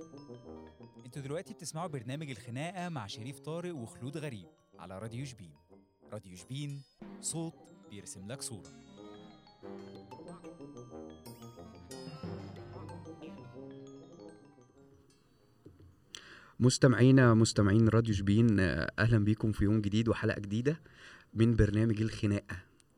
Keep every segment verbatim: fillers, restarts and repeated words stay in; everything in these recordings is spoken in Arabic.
انتوا دلوقتي بتسمعوا برنامج الخناقة مع شريف طارق وخلود غريب على راديو شبين. راديو شبين، صوت بيرسم لك صورة. مستمعينا مستمعين راديو شبين، اهلا بيكم في يوم جديد وحلقة جديدة من برنامج الخناقة.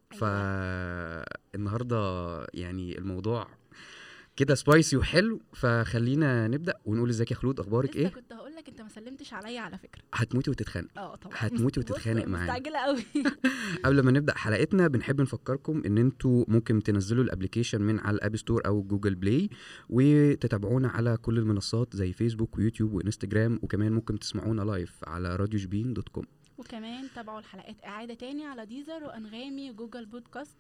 فالنهاردة يعني الموضوع كده سبايسي وحلو، فخلينا نبدأ ونقول ازيك يا خلود، اخبارك ايه؟ لسه كنت هقول لك انت ما سلمتش عليا على فكرة. هتموتي وتتخانق. اه طبعا هتموتي وتتخانق معانا. مستعجلة قوي. قبل ما نبدأ حلقتنا بنحب نفكركم ان انتوا ممكن تنزلوا الابليكيشن من على الاب ستور او جوجل بلاي، وتتابعونا على كل المنصات زي فيسبوك ويوتيوب وانستجرام، وكمان ممكن تسمعونا لايف على راديو شبين دوت كوم. وكمان تابعوا الحلقات اعادة تاني على ديزر وانغامي وجوجل بودكاست.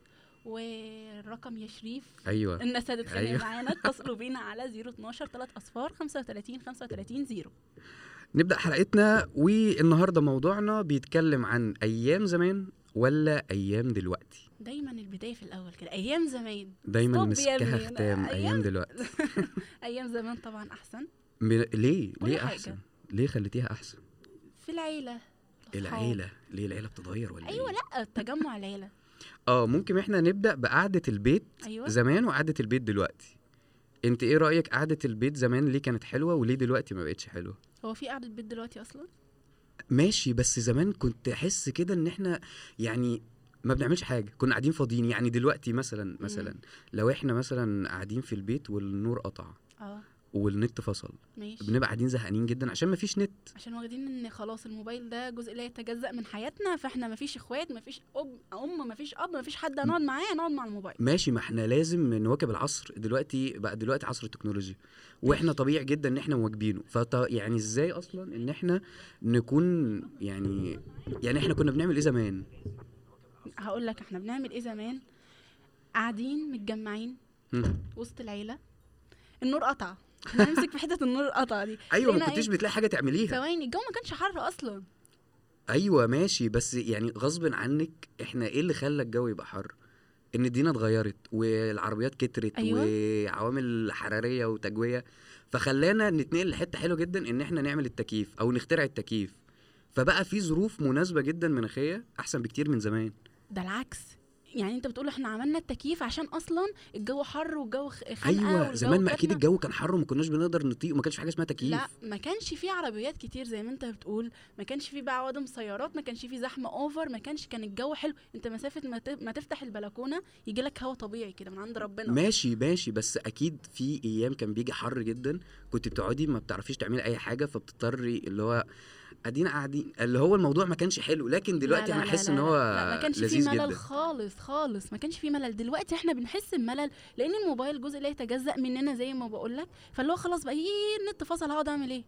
والرقم يا شريف، ايوه الناس هتتخانق أيوة. معانا، اتصلوا بينا على صفر اتناشر تلات اصفار خمسة وتلاتين خمسة وتلاتين صفر. نبدأ حلقتنا، والنهاردة موضوعنا بيتكلم عن أيام زمان ولا أيام دلوقتي. دايما البداية في الأول كده، أيام زمان دايما طب يا مسكها ابني، ختام أنا- أيام دلوقتي. أيام زمان طبعا أحسن. م- ليه كل ليه حاجة. أحسن؟ ليه خليتيها أحسن؟ في العيلة، الأصحاب. العيلة ليه العيلة بتتغير ولا أيوة، إيه؟ لأ تجمع العيلة. اه ممكن احنا نبدأ بقعدة البيت أيوة. زمان وقعدة البيت دلوقتي. انت ايه رأيك؟ قعدة البيت زمان ليه كانت حلوة وليه دلوقتي ما بقتش حلوة؟ هو في قعدة بيت دلوقتي أصلا؟ ماشي، بس زمان كنت احس كده ان احنا يعني ما بنعملش حاجة، كنا قاعدين فاضيين. يعني دلوقتي مثلا مثلا لو احنا مثلا قاعدين في البيت والنور قطع اه والنت فصل، ماشي. بنبقى قاعدين زهقانين جدا عشان ما فيش نت. عشان واخدين ان خلاص الموبايل ده جزء لا يتجزأ من حياتنا، فاحنا مفيش اخوات، مفيش اب ام، مفيش اب، مفيش حد نقعد معاه، نقعد مع الموبايل. ماشي، ما احنا لازم نواكب العصر. دلوقتي بقى دلوقتي عصر التكنولوجيا، واحنا طبيعي جدا ان احنا مواكبينه. فط يعني ازاي اصلا ان احنا نكون يعني يعني احنا كنا بنعمل ايه زمان؟ هقول لك احنا بنعمل ايه زمان. قاعدين متجمعين هم. وسط العيله، النور قطع. احنا نمسك في حته النور قطع دي. ايوه، ما لقينا كنتش إيه؟ بتلاقي حاجه تعمليها. ثواني، الجو ما كانش حر اصلا. ايوه ماشي، بس يعني غصب عنك. احنا ايه اللي خلى الجو يبقى حر؟ ان الدنيا اتغيرت والعربيات كترت. أيوة. وعوامل حراريه وتجويه، فخلانا نتنقل لحته حلوه جدا ان احنا نعمل التكييف او نخترع التكييف. فبقى في ظروف مناسبه جدا مناخيه احسن بكتير من زمان. ده العكس. يعني انت بتقول احنا عملنا التكييف عشان اصلا الجو حر والجو خ- خانقه. ايوه والجو زمان ما اكيد كاتمة. الجو كان حر وما كناش بنقدر نطيق، وما كانش في حاجه اسمها تكييف. لا، ما كانش في عربيات كتير زي ما انت بتقول، ما كانش في بقى عوادم سيارات، ما كانش في زحمه اوفر، ما كانش كان الجو حلو. انت مسافه ما, ت... ما تفتح البلكونه يجي لك هوا طبيعي كده من عند ربنا. ماشي ماشي، بس اكيد في ايام كان بيجي حر جدا، كنت بتقعدي ما بتعرفيش تعملي اي حاجه، فبتضطري اللي هو قاعدين قاعدين اللي هو الموضوع ما كانش حلو. لكن دلوقتي لا لا انا احس لا ان لا هو لا، ما كانش في لذيذ ملل جدا. خالص خالص، ما كانش في ملل. دلوقتي احنا بنحس بملل لان الموبايل جزء لا يتجزأ مننا زي ما بقول لك، فاللي هو خلاص بقى يي النت فصل، هقعد اعمل ايه؟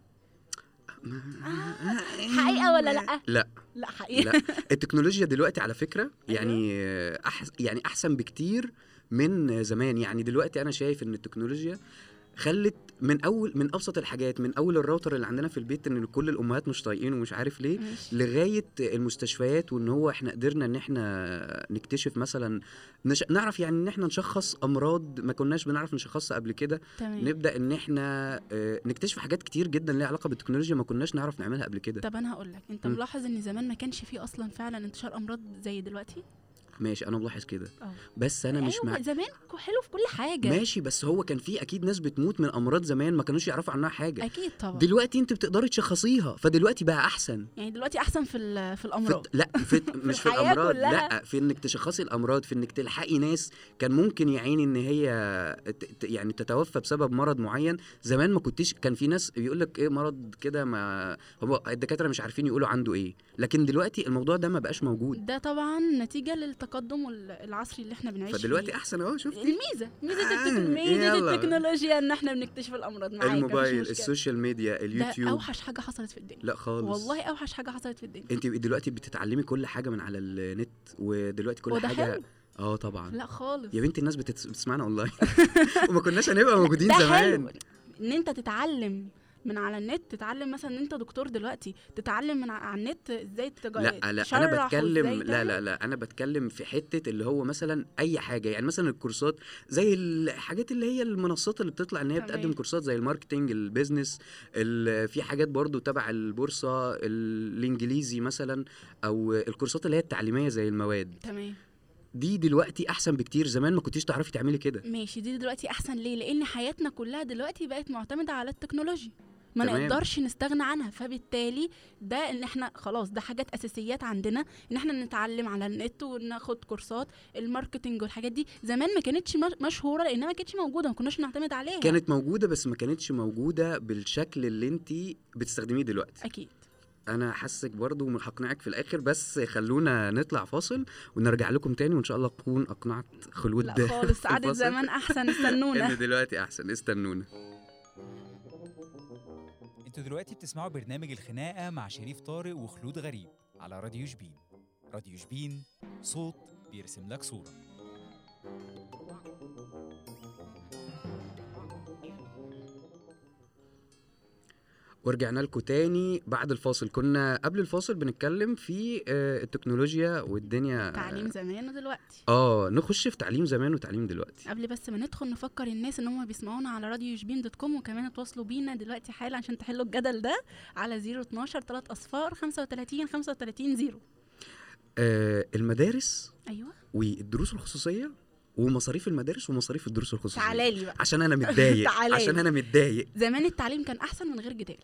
آه، حقيقه ولا لا؟ لا لا حقيقه. لا، التكنولوجيا دلوقتي على فكرة يعني أحس يعني أحسن بكتير من زمان. يعني دلوقتي أنا شايف إن التكنولوجيا خلت من أول من أبسط الحاجات، من أول الراوتر اللي عندنا في البيت إن كل الأمهات مش طايقينه ومش عارف ليه، ماشي. لغاية المستشفيات. وإن هو إحنا قدرنا إن إحنا نكتشف مثلا نش... نعرف يعني إن إحنا نشخص أمراض ما كناش بنعرف نشخصها قبل كده. تمام. نبدأ إن إحنا آه، نكتشف حاجات كتير جدا ليها علاقة بالتكنولوجيا ما كناش نعرف نعملها قبل كده. طب انا هقول لك، انت م. ملاحظ ان زمان ما كانش فيه اصلا فعلا انتشار امراض زي دلوقتي؟ ماشي، أنا ملاحظ كده، اه بس أنا مش أيوة، مع زمان كو- حلو في كل حاجه. ماشي، بس هو كان في اكيد ناس بتموت من امراض زمان ما كانوش يعرفوا عنها حاجه. اكيد طبعا. دلوقتي انت بتقدري تشخصيها، فدلوقتي بقى احسن. يعني دلوقتي احسن في ال- في في الامراض. الت- لا في مش في الحياة الامراض، كلها. لا في انك تشخصي الامراض، في انك تلحقي ناس كان ممكن يعين ان هي ت- ت- يعني تتوفى بسبب مرض معين. زمان ما كنتش، كان في ناس بيقول لك ايه مرض كده، ما هو الدكاتره مش عارفين يقولوا عنده ايه. لكن دلوقتي الموضوع ده ما بقاش موجود. ده طبعا نتيجه للتقدم وال- العصري اللي احنا بنعيش فدلوقتي فيه. احسن اهو، شفتي الميزه ميزه آه، التك... ميزه يلا. التكنولوجيا ان احنا بنكتشف الامراض معاك. الموبايل، السوشيال ميديا، ده اليوتيوب. اوحش حاجه حصلت في الدنيا. لا خالص والله اوحش حاجه حصلت في الدنيا. انت دلوقتي بتتعلمي كل حاجه من على النت، ودلوقتي كل وده حاجه حلو؟ اه طبعا. لا خالص. يا بنتي الناس بتتس... بتسمعنا اونلاين وما كناش هنبقى موجودين ده زمان. حلو ان انت تتعلم من على النت، تتعلم مثلا ان انت دكتور دلوقتي تتعلم من على النت ازاي تج... لا لا انا تشرح بتكلم وإزاي لا تعمل. لا لا انا بتكلم في حته اللي هو مثلا اي حاجه، يعني مثلا الكورسات زي الحاجات اللي هي المنصات اللي بتطلع ان هي تمام. بتقدم كورسات زي الماركتينج، البيزنس، ال- في حاجات برضو تبع البورصه، ال- الانجليزي مثلا، او الكورسات اللي هي التعليميه زي المواد تمام دي دلوقتي احسن بكتير. زمان ما كنتيش تعرفي تعملي كده. ماشي، دي دلوقتي احسن ليه؟ لان حياتنا كلها دلوقتي بقت معتمده على التكنولوجيا، ما تمام. نقدرش نستغنى عنها. فبالتالي ده ان احنا خلاص ده حاجات اساسيات عندنا ان احنا نتعلم على النت وناخد كورسات. الماركتنج والحاجات دي زمان ما كانتش مش- مشهوره لانها ما كانتش موجوده، ما كناش نعتمد عليها. كانت موجوده بس ما كانتش موجوده بالشكل اللي انت بتستخدميه دلوقتي. اكيد. انا حاسك برضو هقنعك في الاخر، بس خلونا نطلع فاصل ونرجع لكم تاني، وان شاء الله اكون اقنعت خلود. لا خالص، في عادة الفاصل. زمان احسن، استنونا. ان دلوقتي احسن، استنونا. انتوا دلوقتي بتسمعوا برنامج الخناقة مع شريف طارق وخلود غريب على راديو شبين. راديو شبين، صوت بيرسم لك صورة. ورجعنا لكم تاني بعد الفاصل. كنا قبل الفاصل بنتكلم في آه، التكنولوجيا والدنيا. تعليم زمان ودلوقتي. اه نخش في تعليم زمان وتعليم دلوقتي. قبل بس ما ندخل نفكر الناس ان هم بيسمعونا على راديو شبين دوت كوم، وكمان اتواصلوا بينا دلوقتي حالا عشان تحلوا الجدل ده على صفر اتناشر تلات اصفار خمسة وتلاتين خمسة وتلاتين صفر. آه المدارس ايوه والدروس الخصوصيه ومصاريف المدارس ومصاريف الدروس الخصوصيه. تعالى لي بقى. عشان انا متضايق تعالى عشان لي. انا متضايق. زمان التعليم كان احسن من غير جدال.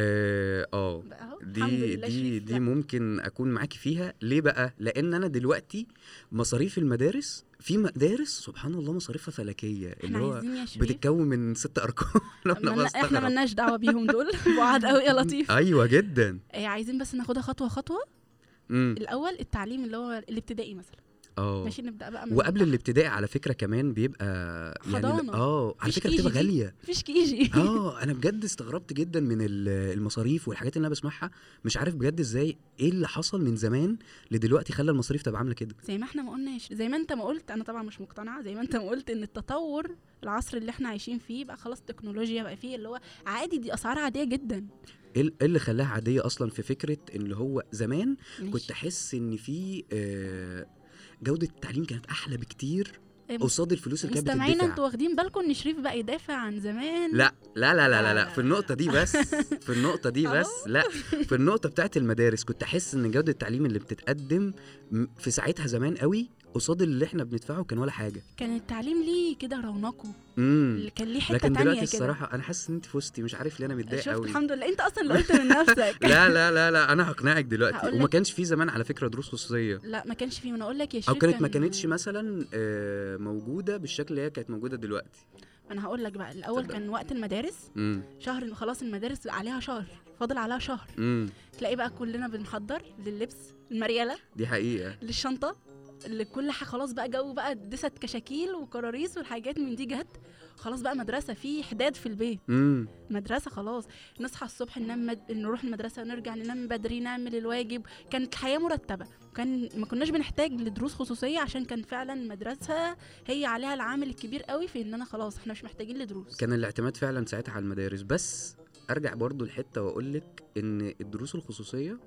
اه آه. بقى اهو الحمد دي لله دي شريف. دي لا. ممكن اكون معاكي فيها. ليه بقى؟ لان انا دلوقتي مصاريف المدارس، في مدارس سبحان الله مصاريفها فلكيه، اللي احنا هو عايزين يا شريف. بتتكون من ست ارقام. أنا ملنا- احنا بستغرب. ملناش دعوه بيهم دول. بعاد قوي يا لطيف. ايوه جدا. إيه، عايزين بس ناخدها خطوه خطوه. امم الاول التعليم اللي هو الابتدائي مثلا. اه ماشي، نبدا بقى من وقبل تحت. الابتدائي على فكره كمان بيبقى يعني حضانة. اه على مفيش فكره كيجي بتبقى دي. غاليه. مفيش كيجي. اه انا بجد استغربت جدا من ال- المصاريف والحاجات اللي انا بسمعها. مش عارف بجد ازاي، ايه اللي حصل من زمان لدلوقتي خلى المصاريف تبقى عامله كده. زي ما احنا ما قلناش، زي ما انت ما قلت، انا طبعا مش مقتنعه، زي ما انت ما قلت ان التطور العصر اللي احنا عايشين فيه بقى خلاص تكنولوجيا بقى فيه اللي هو عادي، دي اسعار عاديه جدا. ايه ال- إيه اللي خلاها عاديه اصلا؟ في فكره اللي هو زمان ماشي. كنت احس ان في آه، جوده التعليم كانت احلى بكتير إيه، قصاد الفلوس اللي كانت مستمعينا بتدفع. انتوا واخدين بالكم ان شريف بقى يدافع عن زمان؟ لا لا لا لا لا, لا، لا. لا، في النقطة دي بس في النقطة دي بس أهو. لا في النقطة بتاعت المدارس كنت أحس إن جودة التعليم اللي بتتقدم م- في ساعتها زمان قوي قصاد اللي إحنا بندفعه كان ولا حاجة. كان التعليم ليه كده رونقه، امم كان ليه حته لكن تانية دلوقتي كده. الصراحة أنا حاسس إن أنت فزتي، مش عارف ليه أنا متضايق شفت قوي. الحمد لله، انت اصلا اللي قلت من نفسك. لا لا لا لا أنا هقنعك دلوقتي. هقولك- وما كانش في زمان على فكرة دروس خصوصية، لا ما كانش فيه، انا اقول لك يا أو شريف كانت ما كان- كانتش مثلا آه، موجودة بالشكل اللي هي كانت موجودة دلوقتي. انا هقول لك بقى، الاول تصدق. كان وقت المدارس امم شهر، خلاص المدارس عليها شهر، فاضل عليها شهر، امم تلاقي بقى كلنا بنحضر لللبس، المريالة، دي حقيقة. للشنطة، لكل حاجة. خلاص بقى جو بقى دست كشاكيل وكراريس والحاجات من دي جت. خلاص بقى مدرسة، في حداد في البيت، امم مدرسة خلاص. نصحى الصبح ننام مد... نروح المدرسة، نرجع ننام بدري، نعمل الواجب. كانت الحياة مرتبة، كان ما كناش بنحتاج لدروس خصوصية عشان كان فعلا المدرسة هي عليها العامل الكبير قوي في اننا خلاص احنا مش محتاجين لدروس. كان الاعتماد فعلا ساعتها على المدارس. بس ارجع برضو لحته واقول لك ان الدروس الخصوصيه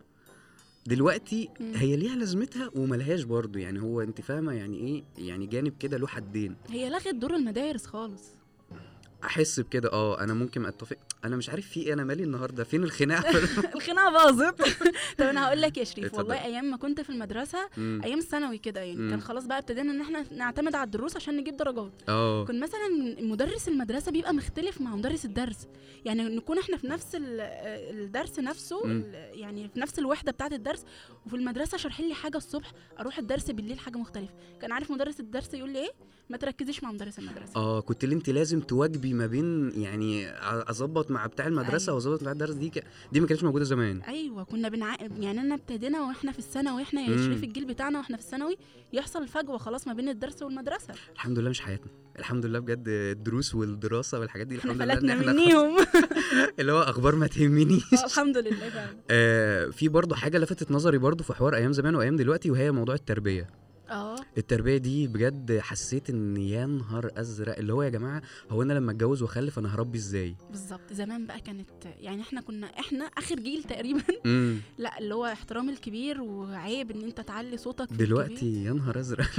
دلوقتي مم. هي ليها لازمتها وملهاش برضو. يعني هو انت فاهمه يعني ايه؟ يعني جانب كده له حدين. هي لغت دور المدارس خالص. احس بكده. اه انا ممكن اتفق. انا مش عارف في ايه، انا مالي النهارده فين الخناقه. الخناقة باظت. طب انا هقول لك يا شريف، اتفضل. والله ايام ما كنت في المدرسة، مم. ايام الثانوي كده يعني، مم. كان خلاص بقى ابتدينا ان احنا نعتمد على الدروس عشان نجيب درجات. اه كنت مثلا مدرس المدرسه بيبقى مختلف مع مدرس الدرس، يعني نكون احنا في نفس ال- الدرس نفسه، مم. ال- يعني في نفس الوحده بتاعه الدرس، وفي المدرسه شارحين لي حاجه الصبح، اروح الدرس بالليل حاجه مختلفه. كان عارف مدرس الدرس يقول لي ايه؟ ما تركزيش مع مدرس المدرسه. اه كنت اللي انت لازم تواجبي ما بين، يعني اظبط مع بتاع المدرسه أيوة. واظبط مع الدرس. دي ك... دي ما كانتش موجوده زمان. ايوه كنا بنع... يعني انا ابتدينا واحنا في الثانوي، واحنا يا مم. شريف الجيل بتاعنا واحنا في الثانوي يحصل فجوه خلاص ما بين الدرس والمدرسه. الحمد لله مش حياتنا. الحمد لله بجد الدروس والدراسه والحاجات دي احنا الحمد لله فلتنا إن إحنا منيهم. اللي هو اخبار ما تهمنيش. آه، الحمد لله فعلا. آه في برضو حاجه لفتت نظري برضو في حوار ايام زمان وايام دلوقتي، وهي موضوع التربيه. اه التربيه دي بجد حسيت ان يا نهار ازرق، اللي هو يا جماعه هو انا لما اتجوز واخلف انا هربي ازاي؟ بالظبط. زمان بقى كانت يعني احنا كنا احنا اخر جيل تقريبا امم لا اللي هو احترام الكبير، وعيب ان انت تعلي صوتك في دلوقتي الكبير. يا نهار ازرق.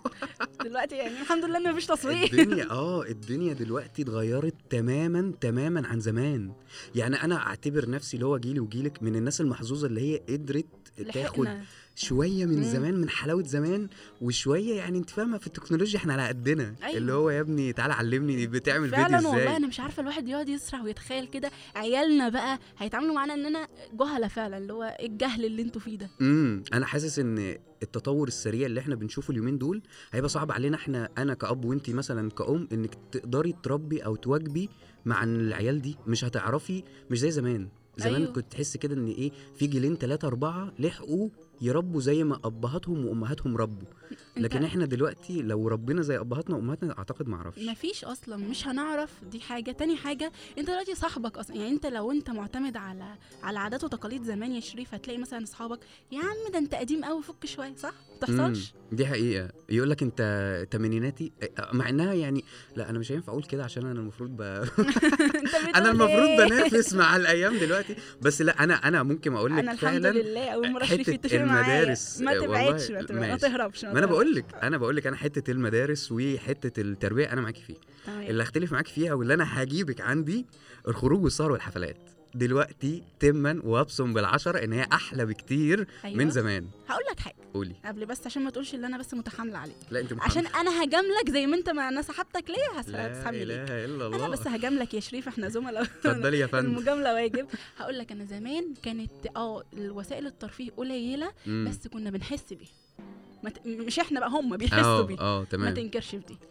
دلوقتي يعني الحمد لله ان مفيش تصوير. الدنيا اه الدنيا دلوقتي اتغيرت تماما تماما عن زمان. يعني انا اعتبر نفسي اللي هو جيلي وجيلك من الناس المحظوظه اللي هي قدرت تاخد لحقنا. شويه من مم. زمان، من حلاوه زمان، وشويه يعني انت فاهمه في التكنولوجيا احنا على قدنا. أيوة. اللي هو يا ابني تعالى علمني بتعمل فيديو فعلا ازاي. والله انا مش عارفه الواحد يقعد يسرح ويتخيل كده عيالنا بقى هيتعاملوا معانا اننا جهله فعلا، اللي هو إيه الجهل اللي انتوا فيه ده. امم انا حاسس ان التطور السريع اللي احنا بنشوفه اليومين دول هيبقى صعب علينا احنا، انا كأب وانتي مثلا كأم، انك تقدري تربي او تواجبي مع العيال دي. مش هتعرفي، مش زي زمان. زمان أيوه. أيوه. كنت تحس كده ان ايه، في جيلين ثلاثة أربعة لحقوا يربوا زي ما ابهاتهم وامهاتهم ربوا. لكن احنا دلوقتي لو ربنا زي ابهاتنا وامهاتنا اعتقد ما اعرفش. مفيش اصلا، مش هنعرف. دي حاجه. تاني حاجه انت دلوقتي صاحبك اصلا، يعني انت لو انت معتمد على على عادات وتقاليد زمان يا شريف، هتلاقي مثلا اصحابك يا عم ده انت قديم قوي فك شويه، صح؟ ما بتحصلش. مم، دي حقيقه. يقول لك انت تمانيناتي، مع انها يعني لا انا مش هينفع اقول كده عشان انا المفروض ب... انت بتقول انا المفروض إيه؟ بنافس مع الايام دلوقتي. بس لا انا انا ممكن اقول انا لك الحمد فعلا لله اول مره شريف حتة يتفق معايا. المدارس، ما آه، تبعدش، والله ما, تبعد. ما ماشي. تهربش. ما انا بقول لك انا بقول لك انا حته المدارس وحته التربيه انا معاكي فيها. اللي هختلف معاكي فيها واللي انا هجيبك عندي الخروج والسهر والحفلات. دلوقتي تما وابصم بالعشره ان هي احلى بكتير أيوة. من زمان. هقول لك حاجه قولي. قبل بس عشان ما تقولش اللي انا بس متحامله عليك، لا انت عشان انا هجاملك زي ما انت ما انا سحبتك ليه لا هتسحبني ليه. اله الا الله. انا بس هجاملك يا شريف، احنا زملاء. اتفضلي يا فندم. المجامله واجب. هقول لك انا زمان كانت اه الوسائل الترفيه قليله، مم. بس كنا بنحس بيه. ما ت... مش احنا بقى، هم بيحسوا اه بيه. اه ما تمام. تنكرش في دي.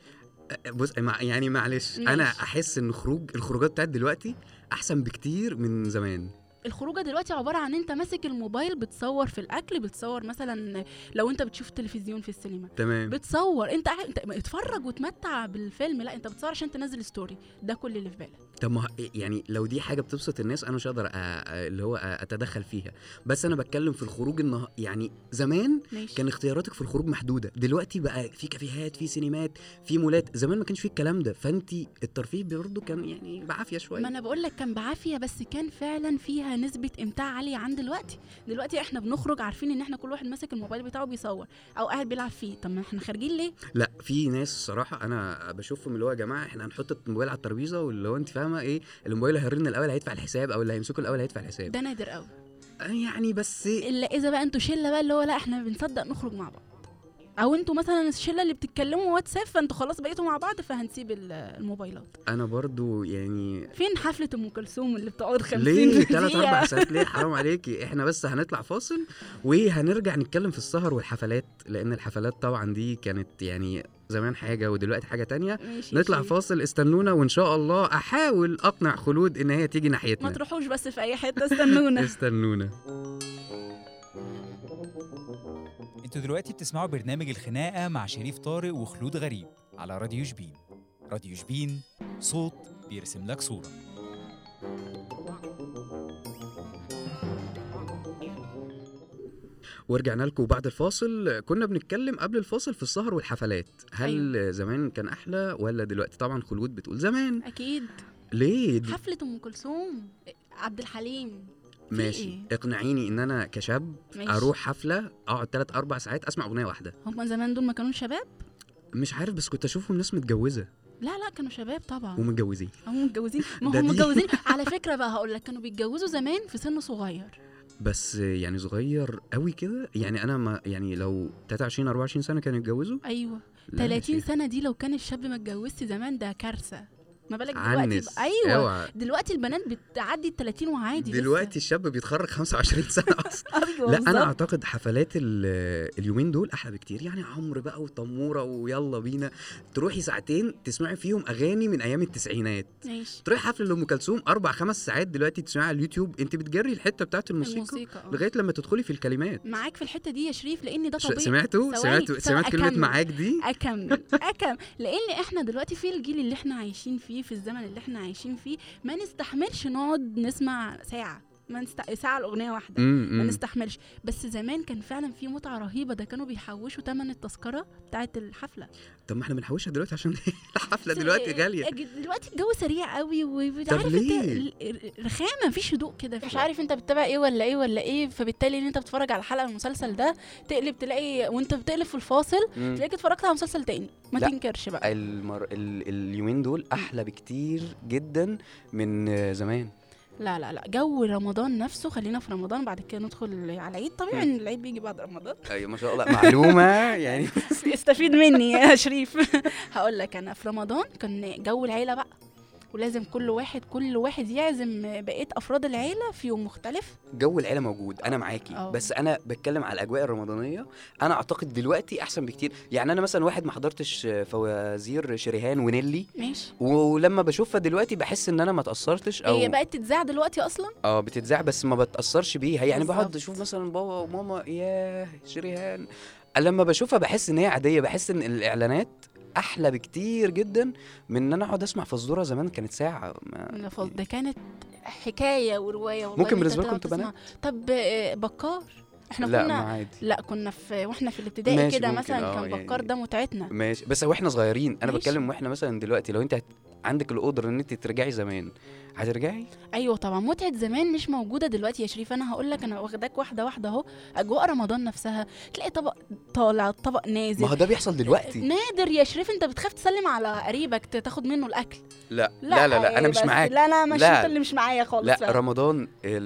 بص مع يعني معلش ماشي. انا احس ان خروج الخروجات بتاعت دلوقتي احسن بكتير من زمان. الخروجه دلوقتي عباره عن انت ماسك الموبايل بتصور في الاكل، بتصور مثلا لو انت بتشوف تلفزيون في السينما تمام. بتصور، انت انت اتفرج وتمتع بالفيلم، لا انت بتصور عشان تنزل ستوري. ده كل اللي في بالك. طب ما يعني لو دي حاجه بتبسط الناس انا مش هقدر أ- أ- اللي هو أ- اتدخل فيها. بس انا بتكلم في الخروج النه... يعني زمان ماشي. كان اختياراتك في الخروج محدوده. دلوقتي بقى في كافيهات، في سينمات، في مولات. زمان ما كانش فيه الكلام ده، فانت الترفيه برضه كان يعني بعافيه شويه. ما انا بقول لك كان بعافيه، بس كان فعلا فيها نسبه امتاع عاليه عن دلوقتي. دلوقتي احنا بنخرج عارفين ان احنا كل واحد ماسك الموبايل بتاعه بيصور او قاعد بيلعب فيه. طب ما احنا خارجين ليه؟ لا في ناس صراحه انا بشوفهم اللي هو يا جماعه احنا هنحط الموبايل على الترابيزه، واللي هو انت فاهمه ايه، الموبايل هيرن الاول هيدفع الحساب، او اللي هيمسكه الاول هيدفع الحساب. ده نادر قوي. يعني بس الا اذا بقى انتوا شله بقى اللي هو لا احنا بنصدق نخرج مع بعض، او انتوا مثلا الشله اللي بتتكلموا واتساب فانتوا خلاص بقيتوا مع بعض فهنسيب الموبايلات. انا برضو يعني فين حفله ام كلثوم اللي بتقعد خمسين ليه دقيقه؟ ثلاث اربع ساعات ليه؟ حرام عليكي. احنا بس هنطلع فاصل وهنرجع نتكلم في السهر والحفلات، لان الحفلات طبعا دي كانت يعني زمان حاجه ودلوقتي حاجه تانية. نطلع فاصل، استنونا، وان شاء الله احاول اقنع خلود ان هي تيجي ناحيتنا. ما تروحوش بس في اي حته، استنونا. استنونا. انتوا دلوقتي بتسمعوا برنامج الخناقة مع شريف طارق وخلود غريب على راديو شبين. راديو شبين، صوت بيرسم لك صورة. ورجعنا لكم بعد الفاصل. كنا بنتكلم قبل الفاصل في السهر والحفلات. هل أيوة. زمان كان احلى ولا دلوقتي؟ طبعا خلود بتقول زمان. اكيد. ليه دي؟ حفله ام كلثوم، عبد الحليم. ماشي إيه؟ اقنعيني ان انا كشاب ماشي. اروح حفله اقعد ثلاث اربع ساعات اسمع اغنيه واحده. هم زمان دول ما كانوا شباب؟ مش عارف، بس كنت اشوفهم ناس متجوزه. لا لا كانوا شباب طبعا ومتجوزين. هم متجوزين. ما هم متجوزين على فكره بقى. هقول لك كانوا بيتجوزوا زمان في سن صغير، بس يعني صغير قوي كده. يعني انا ما يعني لو ثلاثة وعشرين أربعة وعشرين سنه كانوا يتجوزوا. ايوه ثلاثين سنه دي لو كان الشاب ما اتجوزش زمان ده كارثه. ما بالك دلوقتي؟ ايوه أوعى. دلوقتي البنات بتعدي ال30 وعادي. دلوقتي الشاب بيتخرج خمسة وعشرين سنه اصلا. أيوة لا بالزبط. انا اعتقد حفلات اليومين دول احلى بكتير. يعني عمرو بقى وتموره ويلا بينا تروحي ساعتين تسمعي فيهم اغاني من ايام التسعينات. ماشي. تروحي حفله لام كلثوم اربع خمس ساعات دلوقتي تسمعي على اليوتيوب، انت بتجري الحته بتاعت الموسيقى, الموسيقى لغايه لما تدخلي في الكلمات. معاك في الحته دي يا شريف، لان ده طبيعي. سمعتوا سمعتوا سمعت كلمه معاك دي؟ اكمل اكمل لان احنا دلوقتي في الجيل اللي احنا عايشين فيه، في الزمن اللي احنا عايشين فيه، ما نستحملش نقعد نسمع ساعه. ما نست... ساعه الاغنيه واحده مم، ما مم. نستحملش. بس زمان كان فعلا في متعه رهيبه، ده كانوا بيحوشوا ثمن التذكره بتاعه الحفله. طب ما احنا بنحوشها دلوقتي عشان الحفله دلوقتي غاليه. دلوقتي الجو سريع قوي، طب وعارف ليه؟ انت رخامه، مفيش هدوء كده، مش عارف انت بتتابع ايه ولا ايه ولا ايه. فبالتالي ان انت بتتفرج على حلقه من المسلسل ده تقلب تلاقي وانت بتقلب في الفاصل مم. تلاقيك اتفرجت على مسلسل تاني، ما لا. تنكرش بقى. المر... ال... اليومين دول احلى بكتير جدا من آه، زمان. لا لا لا، جو رمضان نفسه، خلينا في رمضان بعد كده ندخل على العيد. طبيعي ان العيد بيجي بعد رمضان. ايوه ما شاء الله، معلومه يعني. استفيد مني يا شريف. هقول لك انا في رمضان كان جو العيله بقى، ولازم كل واحد كل واحد يعزم بقيه افراد العيله في يوم مختلف. جو العيله موجود، انا معاكي. أوه. بس انا بتكلم على الاجواء الرمضانيه، انا اعتقد دلوقتي احسن بكتير. يعني انا مثلا واحد ما حضرتش فوازير شريهان ونيلي، ماشي. ولما بشوفها دلوقتي بحس ان انا ما اتاثرتش، او هي بقت تتذاع دلوقتي اصلا. اه بتتذاع بس ما بتاثرش بيها. يعني بالظبط. بقعد اشوف مثلا بابا وماما، ياه شريهان، لما بشوفها بحس ان هي عاديه. بحس ان الاعلانات احلى بكتير جدا من ان انا اقعد اسمع فزوره زمان كانت ساعه. لا فض- ده كانت حكايه وروايه والله. ممكن إن أنت بالنسبة لكم تقعد انتوا تسمع. طب آه، بكار احنا لا كنا ما عادي. لا كنا في واحنا في الابتدائي ماشي، كده ممكن، مثلا آه، كان يعني- بكار ده متعتنا. ماشي، بس واحنا صغيرين انا ماشي. بتكلم. واحنا مثلا دلوقتي لو انت هت... عندك القدره ان انت ترجعي زمان، هترجعي؟ ايوه طبعا، متعه زمان مش موجوده دلوقتي يا شريف. انا هقول لك، انا واخداك واحده واحده اهو. اجواء رمضان نفسها تلاقي طبق طالع طبق نازل. ما هو ده بيحصل دلوقتي. نادر يا شريف، انت بتخاف تسلم على قريبك ت- تاخد منه الاكل. لا لا لا, لا انا إيه مش بس- معاك. لا لا مش لا. انت اللي مش معايا خالص. لا فعلا. رمضان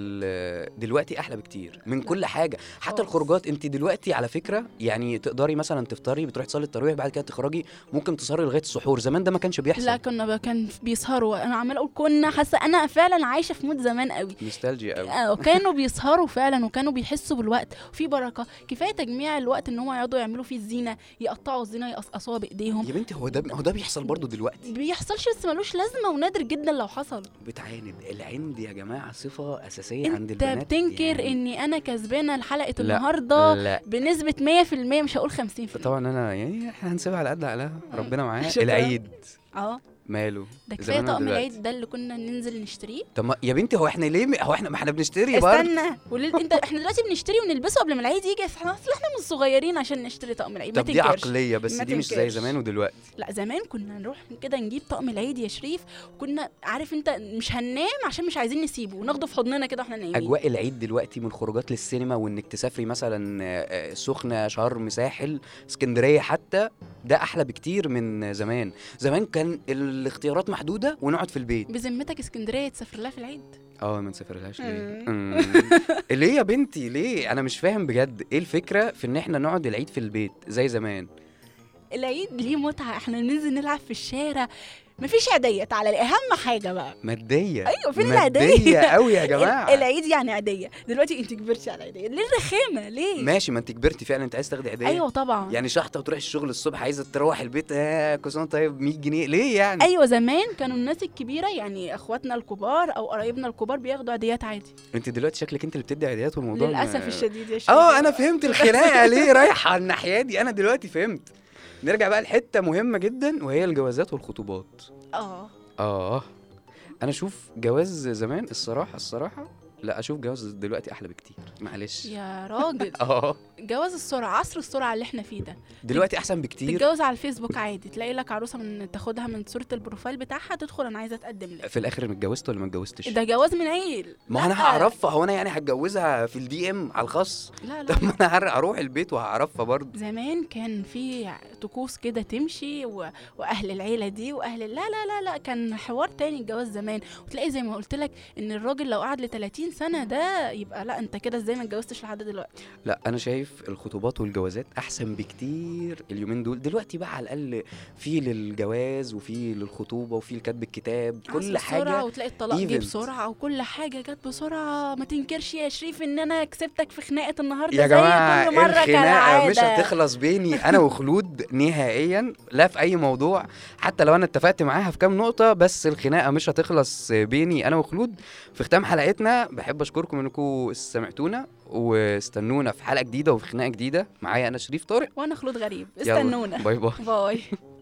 ال- دلوقتي احلى بكتير من لا. كل حاجه، حتى خالص. الخروجات. انت دلوقتي على فكره يعني تقدري مثلا تفطري، بتروحي تصلي التراويح، بعد كده تخرجي، ممكن تسهري لغايه السحور. زمان ده ما كانش بيحصل. لا كنا ب- كان بيسهروا. انا عماله اقول كنا، حاسه انا فعلا عايشه في مود زمان قوي. نوستالجيا قوي. آه، وكانوا بيسهروا فعلا، وكانوا بيحسوا بالوقت وفي بركه. كفايه تجميع الوقت ان هم يقعدوا يعملوا فيه الزينه، يقطعوا الزينه يقصقصوها بايديهم. يا بنتي هو ده هو ده بيحصل برضو دلوقتي. بيحصلش بس ملوش لازمه، ونادر جدا لو حصل. بتعاند العند يا جماعه، صفه اساسيه عند انت البنات. بتنكر يعني اني انا كسبانه حلقه لا، النهارده لا بنسبه مية في المية، مش هقول خمسين في المية. طبعا انا يعني احنا هنسيبها على قد عقلها، ربنا معاها. شكراً. العيد اه ماله ده كفايه زمان طقم ودلوقتي. العيد ده اللي كنا ننزل نشتريه. طب ما- يا بنتي هو احنا ليه م- هو احنا ما احنا بنشتري برضه. استنى وليل انت احنا دلوقتي بنشتري ونلبسه قبل ما العيد يجي. احنا اصل احنا مش صغيرين عشان نشتري طقم العيد. ما طب دي تنكرش. عقليه، بس ما دي مش زي تنكرش. زمان ودلوقتي. لا زمان كنا نروح كده نجيب طقم العيد يا شريف، وكنا عارف انت مش هننام عشان مش عايزين نسيبه وناخده في حضننا كده واحنا نايمين. اجواء العيد دلوقتي من خروجات للسينما، وانك تسافري مثلا آه، آه، سخنه، شرم، ساحل، اسكندريه حتى، ده احلى بكتير من زمان. زمان كان الاختيارات محدوده ونقعد في البيت. بذمتك اسكندريه تسافر لها في العيد؟ اه ما نسافرلهاش ليه؟ مم. مم. ليه يا بنتي ليه؟ انا مش فاهم بجد ايه الفكره في ان احنا نقعد العيد في البيت زي زمان. العيد ليه متعه، احنا ننزل نلعب في الشارع، مفيش عيديه. تعالى لي اهم حاجه بقى. ماديه. ايوه فين ماديه العيديه؟ قوي يا جماعه. العيد يعني عيديه. دلوقتي انت كبرتي على العيديه، ليه الرخامه ليه؟ ماشي، ما انت كبرتي فعلا، انت عايز تاخدي عيديه. ايوه طبعا. يعني شحطه وتروحي الشغل الصبح، عايزه تروح البيت، اه كل سنه طيب مية جنيه ليه يعني؟ ايوه زمان كانوا الناس الكبيره يعني اخواتنا الكبار او قرايبنا الكبار بياخدوا عيديات عادي. انت دلوقتي شكلك انت اللي بتدي عيديات، والموضوع للاسف ما- الشديد يا شيخ. اه انا فهمت الخناقه ليه رايحه على الناحيه دي. انا دلوقتي فهمت. نرجع بقى لحته مهمه جدا، وهي الجوازات والخطوبات. اه اه انا اشوف جواز زمان الصراحه الصراحه لا، اشوف جواز دلوقتي احلى بكتير، معلش. يا راجل. اه جواز السرعه، عصر السرعه اللي احنا فيه ده. دلوقتي احسن بكتير. تتجوز على الفيسبوك عادي، تلاقي لك عروسه من تاخدها من صوره البروفايل بتاعها، تدخل انا عايزه اتقدم لك. في الاخر انا اتجوزت ولا ما اتجوزتش؟ ده جواز من عيل. ما لا. انا هعرفها. هو انا يعني هتجوزها في الدي ام على الخاص؟ لا لا, طب لا. ما انا هر- هروح البيت وهعرفها برضه. زمان كان في طقوس كده تمشي و... واهل العيله دي واهل لا لا لا لا كان حوار تاني الجواز زمان. وتلاقي زي ما قلت لك ان الراجل لو قعد ل ثلاثين سنه ده يبقى لا انت كده ازاي ما اتجوزتش لحد دلوقتي. لا انا شايف الخطوبات والجوازات احسن بكتير اليومين دول. دلوقتي بقى على الاقل في للجواز وفي للخطوبه وفي لكتب الكتاب، كل عصر السرعة، حاجه. وتلاقي الطلاق جه event. بسرعه وكل حاجه جت بسرعه. ما تنكرش يا شريف ان انا كسبتك في خناقه النهارده يا جماعه زي كل مره الخناقه كالعاده. مش هتخلص بيني انا وخلود نهائيا، لا في اي موضوع. حتى لو انا اتفقت معاها في كام نقطه، بس الخناقه مش هتخلص بيني انا وخلود. في ختام حلقتنا بحب اشكركم انكم سمعتونا، واستنونا في حلقه جديده وفي خناقه جديده. معايا انا شريف طارق، وانا خلود غريب. يلا، استنونا. باي باي. باي.